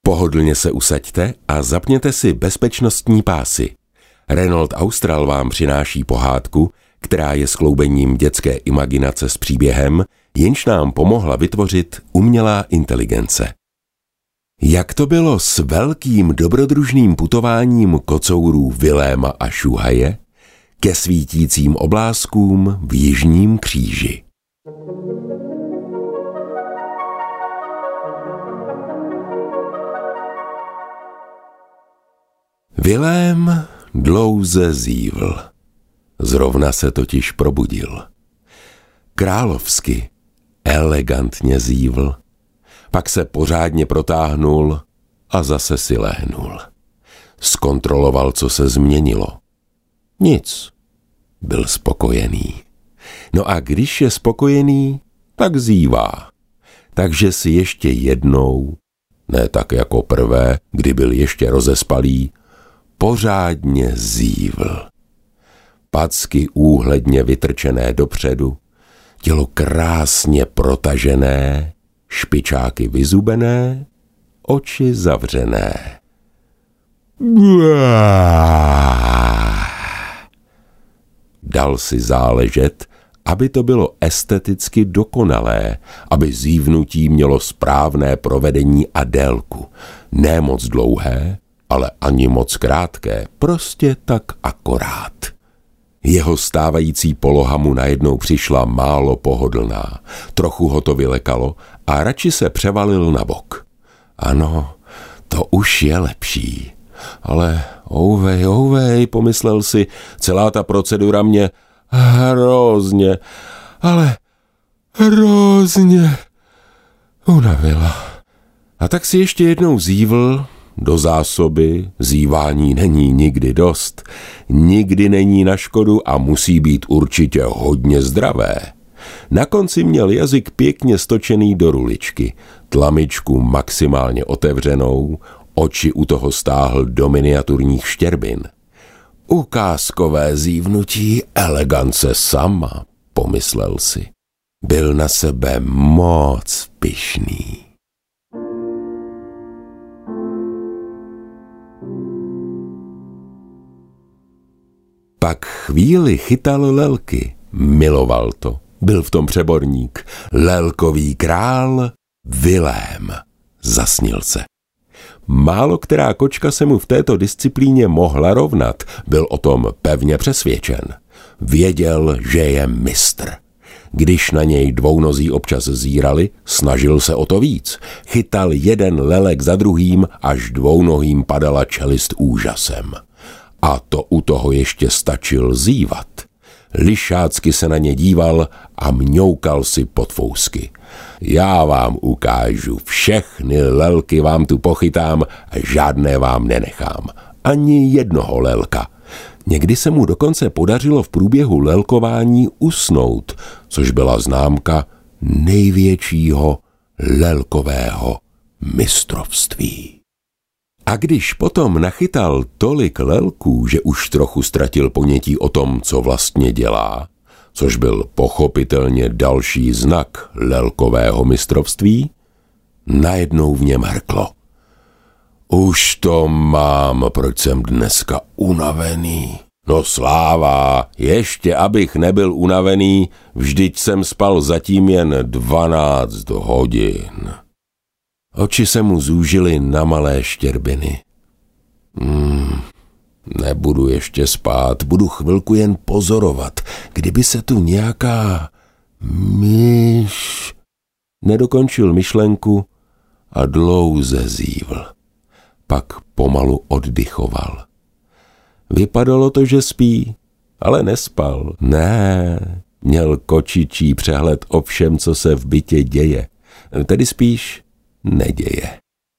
Pohodlně se usaďte a zapněte si bezpečnostní pásy. Renault Austral vám přináší pohádku, která je skloubením dětské imaginace s příběhem, jenž nám pomohla vytvořit umělá inteligence. Jak to bylo s velkým dobrodružným putováním kocourů Viléma a Šuhaje ke svítícím oblázkům v Jižním kříži? Vilém dlouze zívl. Zrovna se totiž probudil. Královsky, elegantně zívl. Pak se pořádně protáhnul a zase si lehnul. Zkontroloval, co se změnilo. Nic. Byl spokojený. No a když je spokojený, tak zívá. Takže si ještě jednou, ne tak jako prvé, kdy byl ještě rozespalý, pořádně zívl. Packy úhledně vytrčené dopředu, tělo krásně protažené, špičáky vyzubené, oči zavřené. Dal si záležet, aby to bylo esteticky dokonalé, aby zívnutí mělo správné provedení a délku. Ne moc dlouhé, ale ani moc krátké, prostě tak akorát. Jeho stávající poloha mu najednou přišla málo pohodlná, trochu ho to vylekalo a radši se převalil na bok. Ano, to už je lepší. Ale ouvej, pomyslel si, celá ta procedura mě hrozně unavila. A tak si ještě jednou zívl. Do zásoby, zívání není nikdy dost, nikdy není na škodu a musí být určitě hodně zdravé. Na konci měl jazyk pěkně stočený do ruličky, tlamičku maximálně otevřenou, oči u toho stáhl do miniaturních štěrbin. Ukázkové zívnutí, elegance sama, pomyslel si. Byl na sebe moc pyšný. Pak chvíli chytal lelky, miloval to, byl v tom přeborník, lelkový král Vilém, zasnil se. Málo která kočka se mu v této disciplíně mohla rovnat, byl o tom pevně přesvědčen. Věděl, že je mistr. Když na něj dvounozí občas zírali, snažil se o to víc. Chytal jeden lelek za druhým, až dvounohým padala čelist úžasem. A to u toho ještě stačil zívat. Lišácky se na ně díval a mňoukal si pod fousky. Já vám ukážu, všechny lelky vám tu pochytám a žádné vám nenechám. Ani jednoho lelka. Někdy se mu dokonce podařilo v průběhu lelkování usnout, což byla známka největšího lelkového mistrovství. A když potom nachytal tolik lelků, že už trochu ztratil ponětí o tom, co vlastně dělá, což byl pochopitelně další znak lelkového mistrovství, najednou v něm hrklo. Už to mám, proč jsem dneska unavený. No sláva, ještě abych nebyl unavený, vždyť jsem spal zatím jen 12 hodin. Oči se mu zúžily na malé štěrbiny. Nebudu ještě spát, budu chvilku jen pozorovat, kdyby se tu nějaká myš... Nedokončil myšlenku a dlouze zívl. Pak pomalu oddychoval. Vypadalo to, že spí, ale nespal. Ne, měl kočičí přehled o všem, co se v bytě děje. Tedy spíš neděje.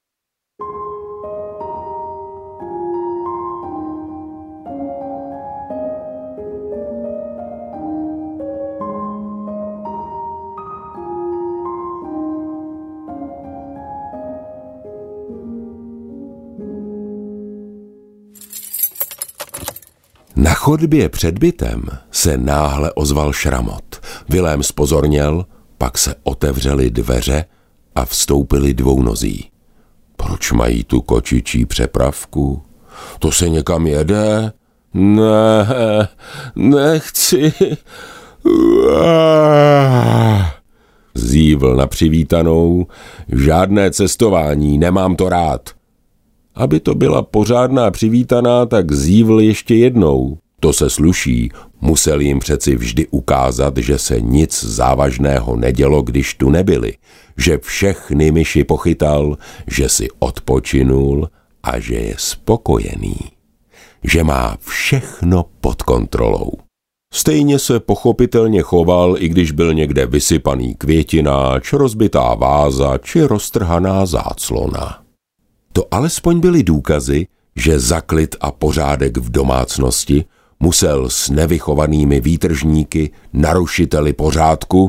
Na chodbě před bytem se náhle ozval šramot. Vilém zpozorněl, pak se otevřely dveře a vstoupili dvounozí. Proč mají tu kočičí přepravku? To se někam jede? Ne, nechci. Zívl na přivítanou. Žádné cestování, nemám to rád. Aby to byla pořádná přivítaná, tak zívl ještě jednou. To se sluší, musel jim přeci vždy ukázat, že se nic závažného nedělo, když tu nebyli, že všechny myši pochytal, že si odpočinul a že je spokojený, že má všechno pod kontrolou. Stejně se pochopitelně choval, i když byl někde vysypaný květináč, rozbitá váza či roztrhaná záclona. To alespoň byly důkazy, že za klid a pořádek v domácnosti musel s nevychovanými výtržníky, narušiteli pořádku,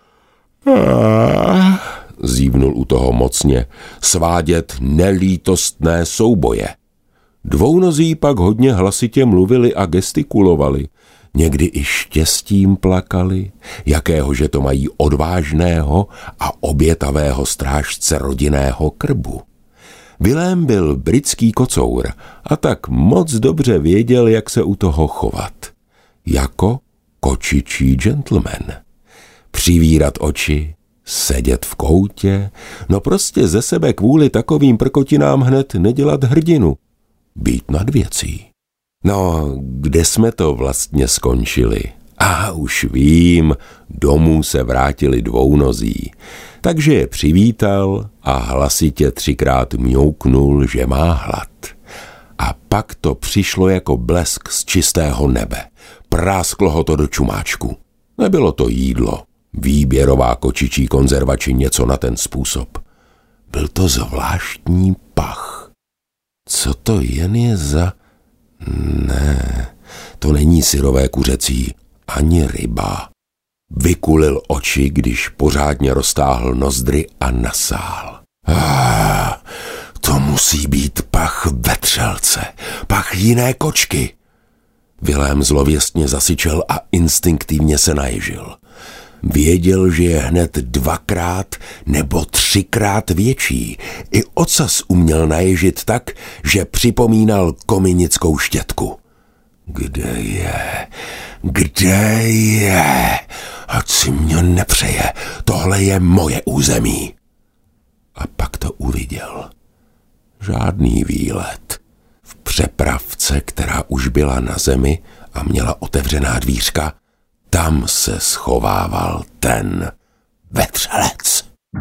zívnul u toho mocně, svádět nelítostné souboje. Dvounozí pak hodně hlasitě mluvili a gestikulovali, někdy i štěstím plakali, jakéhože to mají odvážného a obětavého strážce rodinného krbu. Vilém byl britský kocour a tak moc dobře věděl, jak se u toho chovat. Jako kočičí gentleman. Přivírat oči, sedět v koutě, no prostě ze sebe kvůli takovým prkotinám hned nedělat hrdinu. Být nad věcí. No, kde jsme to vlastně skončili? Už vím, domů se vrátili dvounozí. Takže je přivítal a hlasitě 3krát mňouknul, že má hlad. A pak to přišlo jako blesk z čistého nebe. Prásklo ho to do čumáčku. Nebylo to jídlo, výběrová kočičí konzerva či něco na ten způsob. Byl to zvláštní pach. Co to jen je za... Ne, to není syrové kuřecí, ani ryba. Vykulil oči, když pořádně roztáhl nozdry a nasál. To musí být pach vetřelce, pach jiné kočky. Vilém zlověstně zasyčel a instinktivně se naježil. Věděl, že je hned 2krát nebo 3krát větší. I ocas uměl naježit tak, že připomínal kominickou štětku. Kde je? Kde je? Ať si mě nepřeje, tohle je moje území. A pak to uviděl. Žádný výlet. V přepravce, která už byla na zemi a měla otevřená dvířka, tam se schovával ten vetřelec.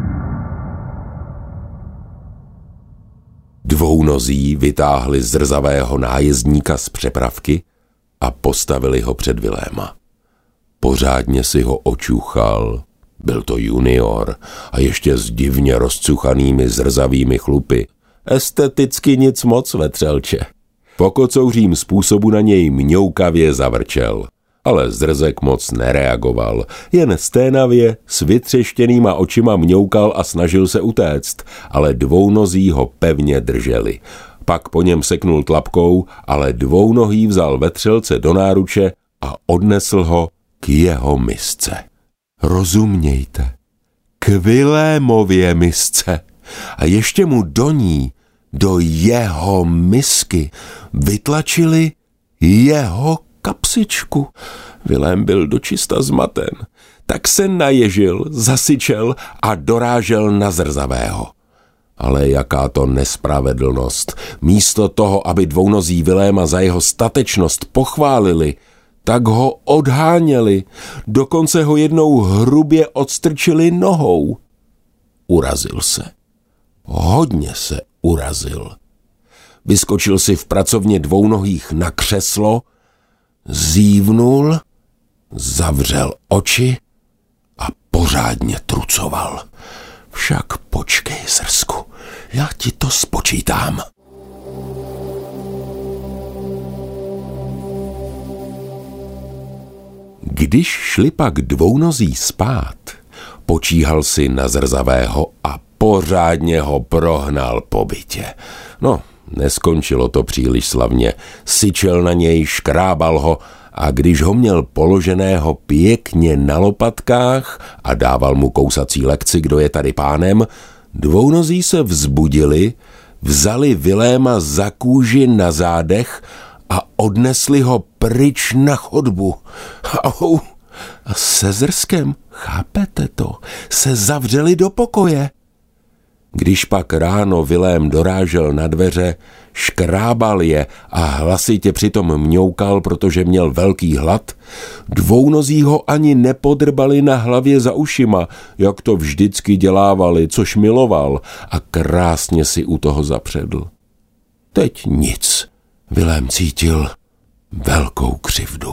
Dvounozí vytáhli zrzavého nájezdníka z přepravky a postavili ho před Viléma. Pořádně si ho očuchal. Byl to junior a ještě s divně rozcuchanými zrzavými chlupy. Esteticky nic moc, vetřelče. Po kocouřím způsobu na něj mňoukavě zavrčel. Ale zrzek moc nereagoval, jen sténavě s vytřeštěnýma očima mňoukal a snažil se utéct, ale dvounozí ho pevně drželi. Pak po něm seknul tlapkou, ale dvounohý vzal vetřelce do náruče a odnesl ho k jeho misce. Rozumějte, k Vilémově misce. A ještě mu do ní, do jeho misky, vytlačili jeho kapsičku. Vilém byl dočista zmaten, tak se naježil, zasyčel a dorážel na zrzavého. Ale jaká to nespravedlnost. Místo toho, aby dvounozí Viléma za jeho statečnost pochválili, tak ho odháněli, dokonce ho jednou hrubě odstrčili nohou. Urazil se. Hodně se urazil. Vyskočil si v pracovně dvounohých na křeslo, zívnul, zavřel oči a pořádně trucoval. Však počkej, zrsku, já ti to spočítám. Když šli pak dvounozí spát, počíhal si na zrzavého a pořádně ho prohnal po bytě. No, neskončilo to příliš slavně. Syčel na něj, škrábal ho a když ho měl položeného pěkně na lopatkách a dával mu kousací lekci, kdo je tady pánem, dvounozí se vzbudili, vzali Viléma za kůži na zádech a odnesli ho pryč na chodbu. Au! A se Zrskem, chápete to, se zavřeli do pokoje. Když pak ráno Vilém dorážel na dveře, škrábal je a hlasitě přitom mňoukal, protože měl velký hlad, dvounozí ho ani nepodrbali na hlavě za ušima, jak to vždycky dělávali, což miloval, a krásně si u toho zapředl. Teď nic. Vilém cítil velkou křivdu.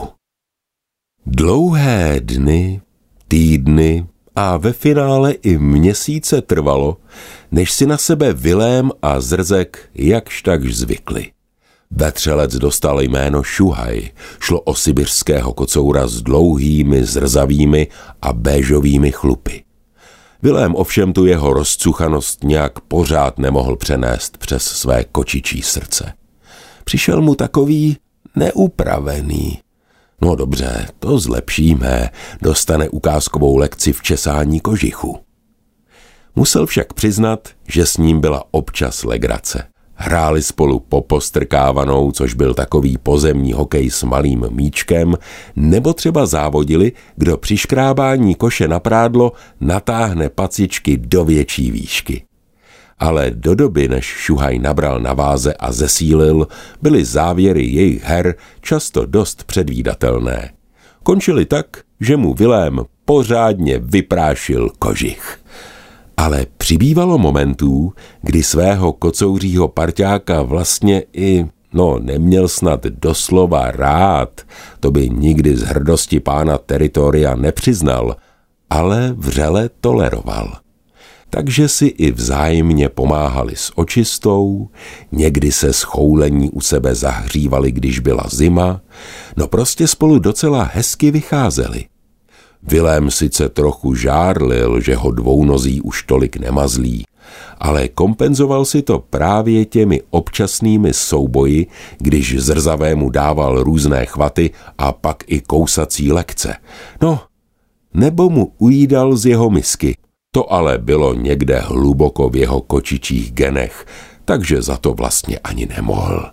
Dlouhé dny, týdny a ve finále i měsíce trvalo, než si na sebe Vilém a Zrzek jakž takž zvykli. Vetřelec dostal jméno Šuhaj, šlo o sibiřského kocoura s dlouhými, zrzavými a béžovými chlupy. Vilém ovšem tu jeho rozcuchanost nějak pořád nemohl přenést přes své kočičí srdce. Přišel mu takový neupravený. No dobře, to zlepšíme, dostane ukázkovou lekci v česání kožichu. Musel však přiznat, že s ním byla občas legrace. Hráli spolu popostrkávanou, což byl takový pozemní hokej s malým míčkem, nebo třeba závodili, kdo při škrábání koše na prádlo natáhne pacičky do větší výšky. Ale do doby, než Šuhaj nabral na váze a zesílil, byly závěry jejich her často dost předvídatelné. Končily tak, že mu Vilém pořádně vyprášil kožich. Ale přibývalo momentů, kdy svého kocouřího parťáka vlastně neměl snad doslova rád, to by nikdy z hrdosti pána teritoria nepřiznal, ale vřele toleroval. Takže si i vzájemně pomáhali s očistou, někdy se schoulení u sebe zahřívali, když byla zima, no prostě spolu docela hezky vycházeli. Vilém sice trochu žárlil, že ho dvounozí už tolik nemazlí, ale kompenzoval si to právě těmi občasnými souboji, když Zrzavému dával různé chvaty a pak i kousací lekce. No, nebo mu ujídal z jeho misky. To ale bylo někde hluboko v jeho kočičích genech, takže za to vlastně ani nemohl.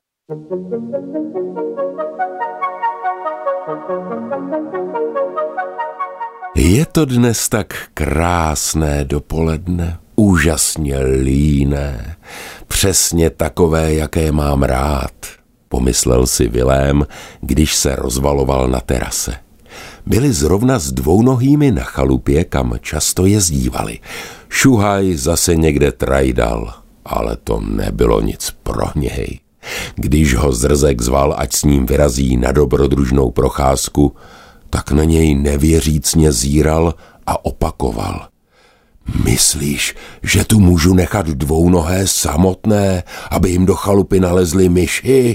Je to dnes tak krásné dopoledne, úžasně líné, přesně takové, jaké mám rád, pomyslel si Vilém, když se rozvaloval na terase. Byli zrovna s dvounohými na chalupě, kam často jezdívali. Šuhaj zase někde trajdal, ale to nebylo nic pro něj. Když ho Zrzek zval, ať s ním vyrazí na dobrodružnou procházku, tak na něj nevěřícně zíral a opakoval. Myslíš, že tu můžu nechat dvounohé samotné, aby jim do chalupy nalezly myši?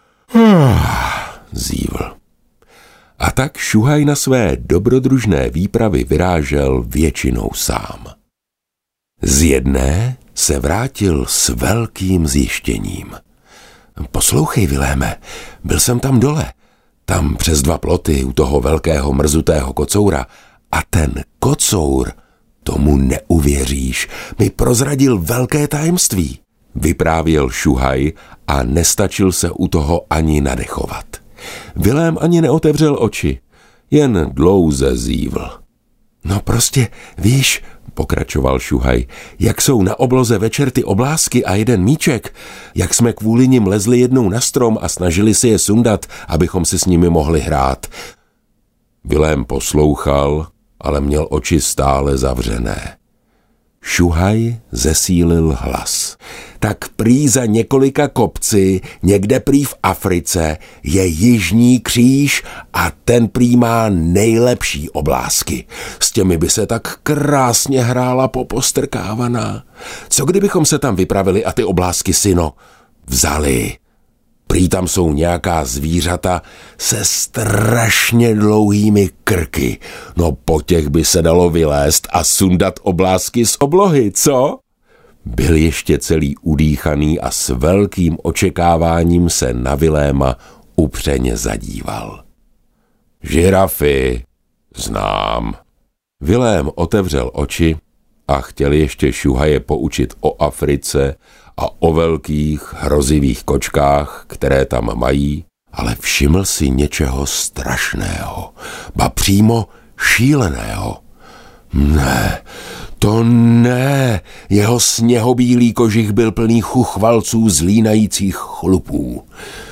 Zívl. A tak Šuhaj na své dobrodružné výpravy vyrážel většinou sám. Z jedné se vrátil s velkým zjištěním. Poslouchej, Viléme, byl jsem tam dole, tam přes 2 ploty u toho velkého mrzutého kocoura a ten kocour, tomu neuvěříš, mi prozradil velké tajemství, vyprávěl Šuhaj a nestačil se u toho ani nadechovat. Vilém ani neotevřel oči, jen dlouze zívl. No prostě, víš, pokračoval Šuhaj, jak jsou na obloze večer ty oblásky a jeden míček, jak jsme kvůli nim lezli jednou na strom a snažili si je sundat, abychom si s nimi mohli hrát. Vilém poslouchal, ale měl oči stále zavřené. Šuhaj zesílil hlas. Tak prý za několika kopci, někde prý v Africe, je Jižní kříž a ten prý má nejlepší oblásky. S těmi by se tak krásně hrála popostrkávaná. Co kdybychom se tam vypravili a ty oblásky, syno, vzali? Prý tam jsou nějaká zvířata se strašně dlouhými krky. No po těch by se dalo vylézt a sundat oblásky z oblohy, co? Byl ještě celý udýchaný a s velkým očekáváním se na Viléma upřeně zadíval. Žirafy, znám. Vilém otevřel oči a chtěl ještě Šuhaje poučit o Africe a o velkých hrozivých kočkách, které tam mají, ale všiml si něčeho strašného, ba přímo šíleného. Ne, to ne, jeho sněhobílý kožich byl plný chuchvalců z línajících chlupů.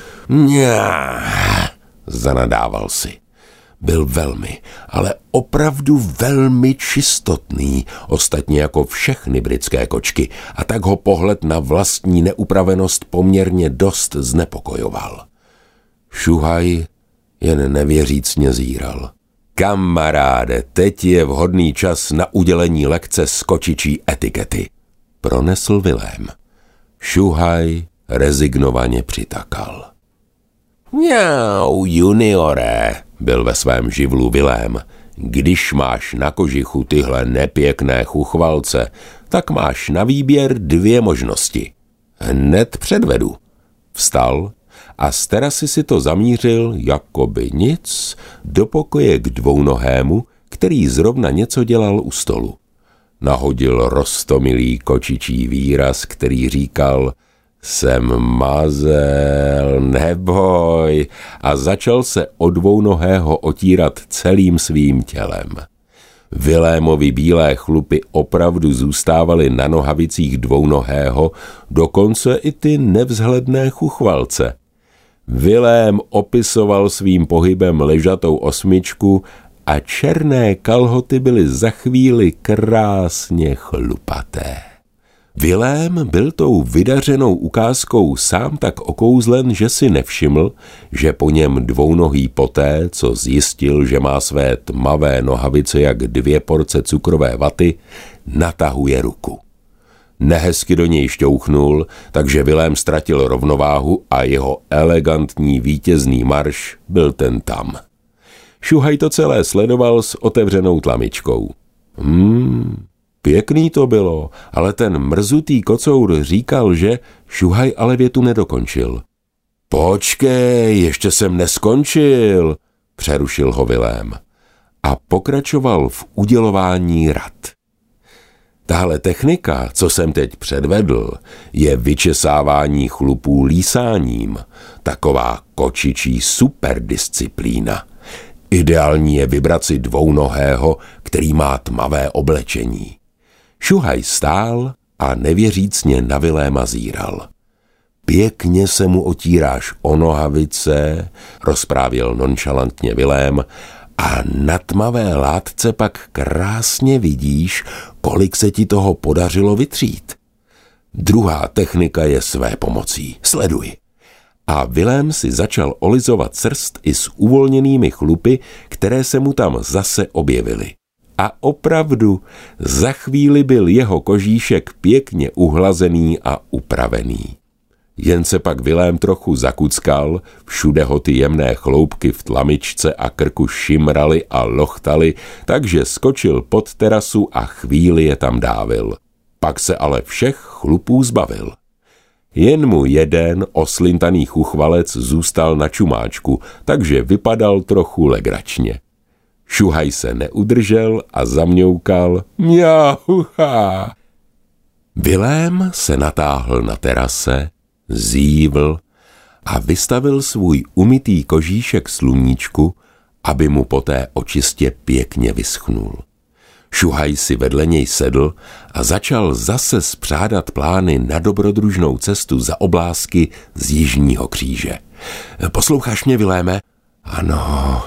Mňá, zanadával si. Byl velmi, ale opravdu velmi čistotný, ostatně jako všechny britské kočky, a tak ho pohled na vlastní neupravenost poměrně dost znepokojoval. Šuhaj jen nevěřícně zíral. Kamaráde, teď je vhodný čas na udělení lekce z kočičí etikety, pronesl Vilém. Šuhaj rezignovaně přitakal. Mňau, juniore, byl ve svém živlu Vilém. Když máš na kožichu tyhle nepěkné chuchvalce, tak máš na výběr 2 možnosti. Hned předvedu. Vstal a z terasy si to zamířil, jakoby nic, do pokoje k dvounohému, který zrovna něco dělal u stolu. Nahodil roztomilý kočičí výraz, který říkal: jsem mazel, neboj, a začal se o dvounohého otírat celým svým tělem. Vilémovi bílé chlupy opravdu zůstávaly na nohavicích dvounohého, dokonce i ty nevzhledné chuchvalce. Vilém opisoval svým pohybem ležatou osmičku a černé kalhoty byly za chvíli krásně chlupaté. Vilém byl tou vydařenou ukázkou sám tak okouzlen, že si nevšiml, že po něm dvounohý poté, co zjistil, že má své tmavé nohavice jak 2 porce cukrové vaty, natahuje ruku. Nehezky do něj šťouchnul, takže Vilém ztratil rovnováhu a jeho elegantní vítězný marš byl ten tam. Šuhaj to celé sledoval s otevřenou tlamičkou. Pěkný to bylo, ale ten mrzutý kocour říkal, že Šuhaj ale větu nedokončil. Počkej, ještě jsem neskončil, přerušil ho Vilém a pokračoval v udělování rad. Tahle technika, co jsem teď předvedl, je vyčesávání chlupů lísáním, taková kočičí superdisciplína. Ideální je vybrat si dvounohého, který má tmavé oblečení. Šuhaj stál a nevěřícně na Viléma zíral. Pěkně se mu otíráš o nohavice, rozprávěl nonšalantně Vilém, a na tmavé látce pak krásně vidíš, kolik se ti toho podařilo vytřít. Druhá technika je své pomocí. Sleduj. A Vilém si začal olizovat srst i s uvolněnými chlupy, které se mu tam zase objevily. A opravdu, za chvíli byl jeho kožíšek pěkně uhlazený a upravený. Jen se pak Vilém trochu zakuckal, všude ho ty jemné chloupky v tlamičce a krku šimraly a lochtaly, takže skočil pod terasu a chvíli je tam dávil. Pak se ale všech chlupů zbavil. Jen mu jeden oslintaný chuchvalec zůstal na čumáčku, takže vypadal trochu legračně. Šuhaj se neudržel a zamňoukal mňaucha. Vilém se natáhl na terase, zívl a vystavil svůj umytý kožíšek sluníčku, aby mu poté očistě pěkně vyschnul. Šuhaj si vedle něj sedl a začal zase spřádat plány na dobrodružnou cestu za oblásky z Jižního kříže. Posloucháš mě, Viléme? Ano,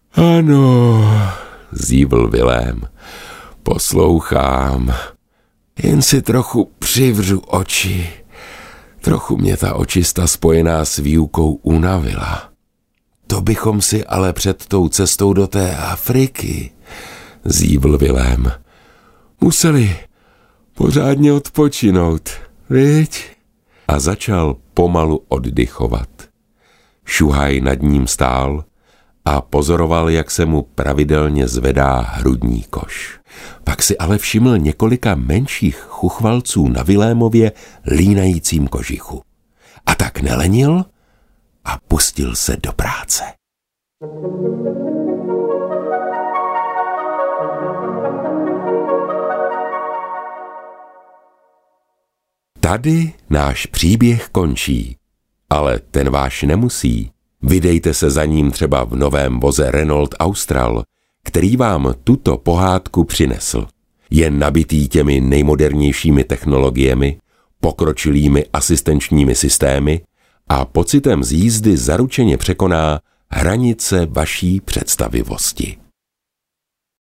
zívl Vilém. Poslouchám. Jen si trochu přivřu oči. Trochu mě ta očista spojená s výukou unavila. To bychom si ale před tou cestou do té Afriky, zívl Vilém, museli pořádně odpočinout, viď? A začal pomalu oddychovat. Šuhaj nad ním stál a pozoroval, jak se mu pravidelně zvedá hrudní koš. Pak si ale všiml několika menších chuchvalců na Vilémově línajícím kožichu. A tak nelenil a pustil se do práce. Tady náš příběh končí, ale ten váš nemusí. Vydejte se za ním třeba v novém voze Renault Austral, který vám tuto pohádku přinesl. Je nabitý těmi nejmodernějšími technologiemi, pokročilými asistenčními systémy a pocitem z jízdy zaručeně překoná hranice vaší představivosti.